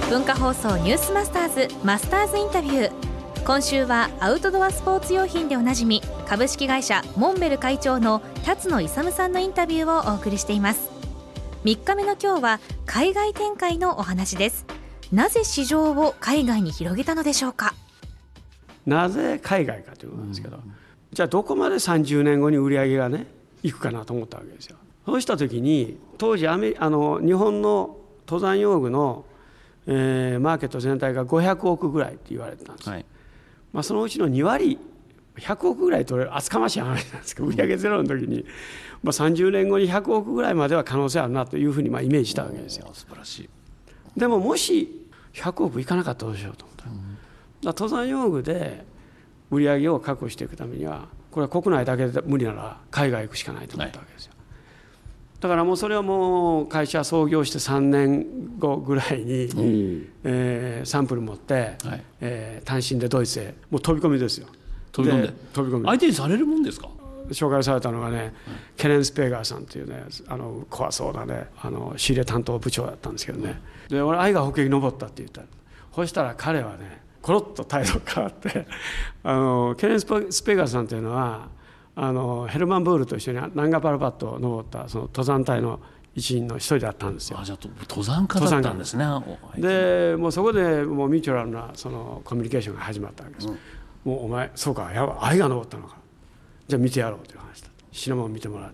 文化放送ニュースマスターズマスターズインタビュー。今週はアウトドアスポーツ用品でおなじみ株式会社モンベル会長の辰野勇さんのインタビューをお送りしています。3日目の今日は海外展開のお話です。なぜ市場を海外に広げたのでしょうか。 なぜ海外かということなんですけど、じゃあどこまで30年後に売り上げがねいくかなと思ったわけですよ。そうした時に当時日本の登山用具の、マーケット全体が500億ぐらいって言われてたんです、はい。そのうちの2割100億ぐらい取れる厚かましい話なんですけど、売上ゼロの時に、30年後に100億ぐらいまでは可能性あるなというふうにイメージしたわけですよ。 素晴らしい。 でももし100億いかなかったらどうしようと思った、登山用具で売り上げを確保していくためにはこれは国内だけで無理なら海外行くしかないと思ったわけですよ、はい。だからもうそれはもう会社創業して3年後ぐらいに、サンプル持って、はい、単身でドイツへもう飛び込みですよ。 飛び込み相手にされるもんですか。 紹介されたのがね、ケネン・スペーガーさんというね怖そうなね仕入れ担当部長だったんですけどね、で俺愛が北極登ったって言った。そしたら彼はねコロッと態度変わってケネン・スペーガーさんというのはヘルマン・ブールと一緒にナンガパラパットを登ったその登山隊の一員の一人だったんですよ。 じゃあ登山家だったんですね。 でもうそこでもうミューチュラルなそのコミュニケーションが始まったわけです、もうお前そうか愛が登ったのか、じゃあ見てやろうという話だ。品物を見てもらって、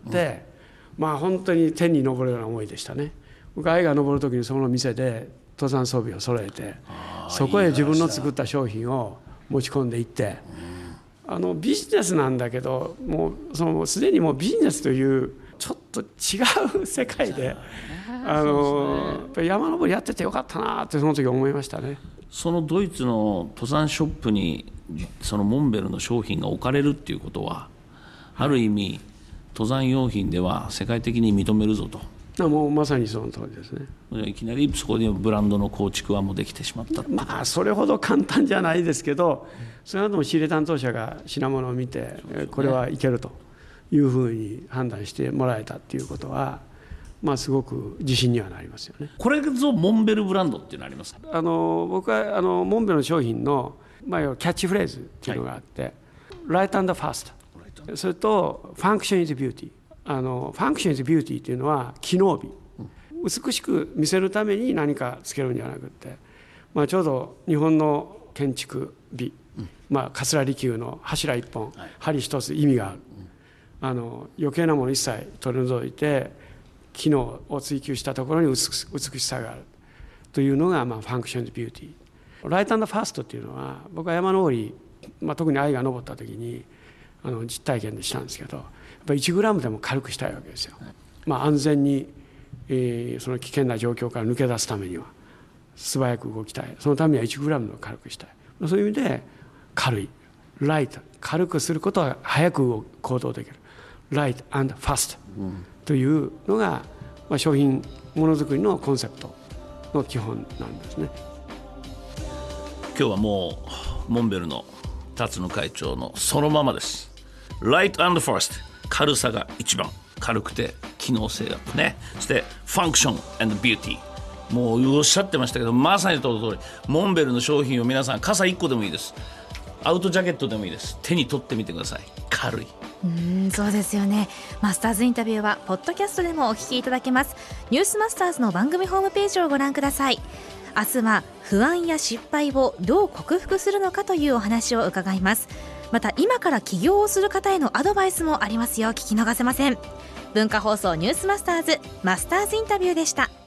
本当に天に昇るような思いでしたね。僕愛が登る時にその店で登山装備を揃えて、そこへ自分の作った商品を持ち込んでいって、ビジネスなんだけどもうすでにもうビジネスというちょっと違う世界で、山登りやっててよかったなってその時思いましたね。 そのドイツの登山ショップにそのモンベルの商品が置かれるっていうことは、ある意味登山用品では世界的に認めるぞと。 もうまさにその通りですね。 いきなりそこでブランドの構築はもうできてしまったそれほど簡単じゃないですけど、その後も仕入れ担当者が品物を見て、これはいけるというふうに判断してもらえたっていうことは、すごく自信にはなりますよね。 これぞモンベルブランドっていうのありますか。 僕はモンベルの商品の、キャッチフレーズっていうのがあって、ライト&ファスト、それとファンクションイズビューティー。ファンクションイズビューティーというのは機能美、美しく見せるために何かつけるんじゃなくて、ちょうど日本の建築美、桂離宮の柱一本、梁一つ意味がある、余計なもの一切取り除いて機能を追求したところに美しさがあるというのが、ファンクションズビューティー。ライト&ファストっていうのは僕は山登り、特に愛が登った時に実体験でしたんですけど、やっぱり1グラムでも軽くしたいわけですよ、安全に、その危険な状況から抜け出すためには素早く動きたい。そのためには1グラムの軽くしたい。そういう意味で軽い、ライト、軽くすることは早く行動できる、ライト&ファストというのが、商品ものづくりのコンセプトの基本なんですね。 今日はもうモンベルの辰野会長のそのままです。ライト&ファスト、軽さが一番、軽くて機能性がね、そしてファンクション&ビューティー、もうおっしゃってましたけど、まさにその通り、モンベルの商品を皆さん傘1個でもいいです、アウトジャケットでもいいです、手に取ってみてください。軽い。 そうですよね。マスターズインタビューはポッドキャストでもお聞きいただけます。ニュースマスターズの番組ホームページをご覧ください。明日は不安や失敗をどう克服するのかというお話を伺います。また今から起業をする方へのアドバイスもありますよ。聞き逃せません。文化放送ニュースマスターズマスターズインタビューでした。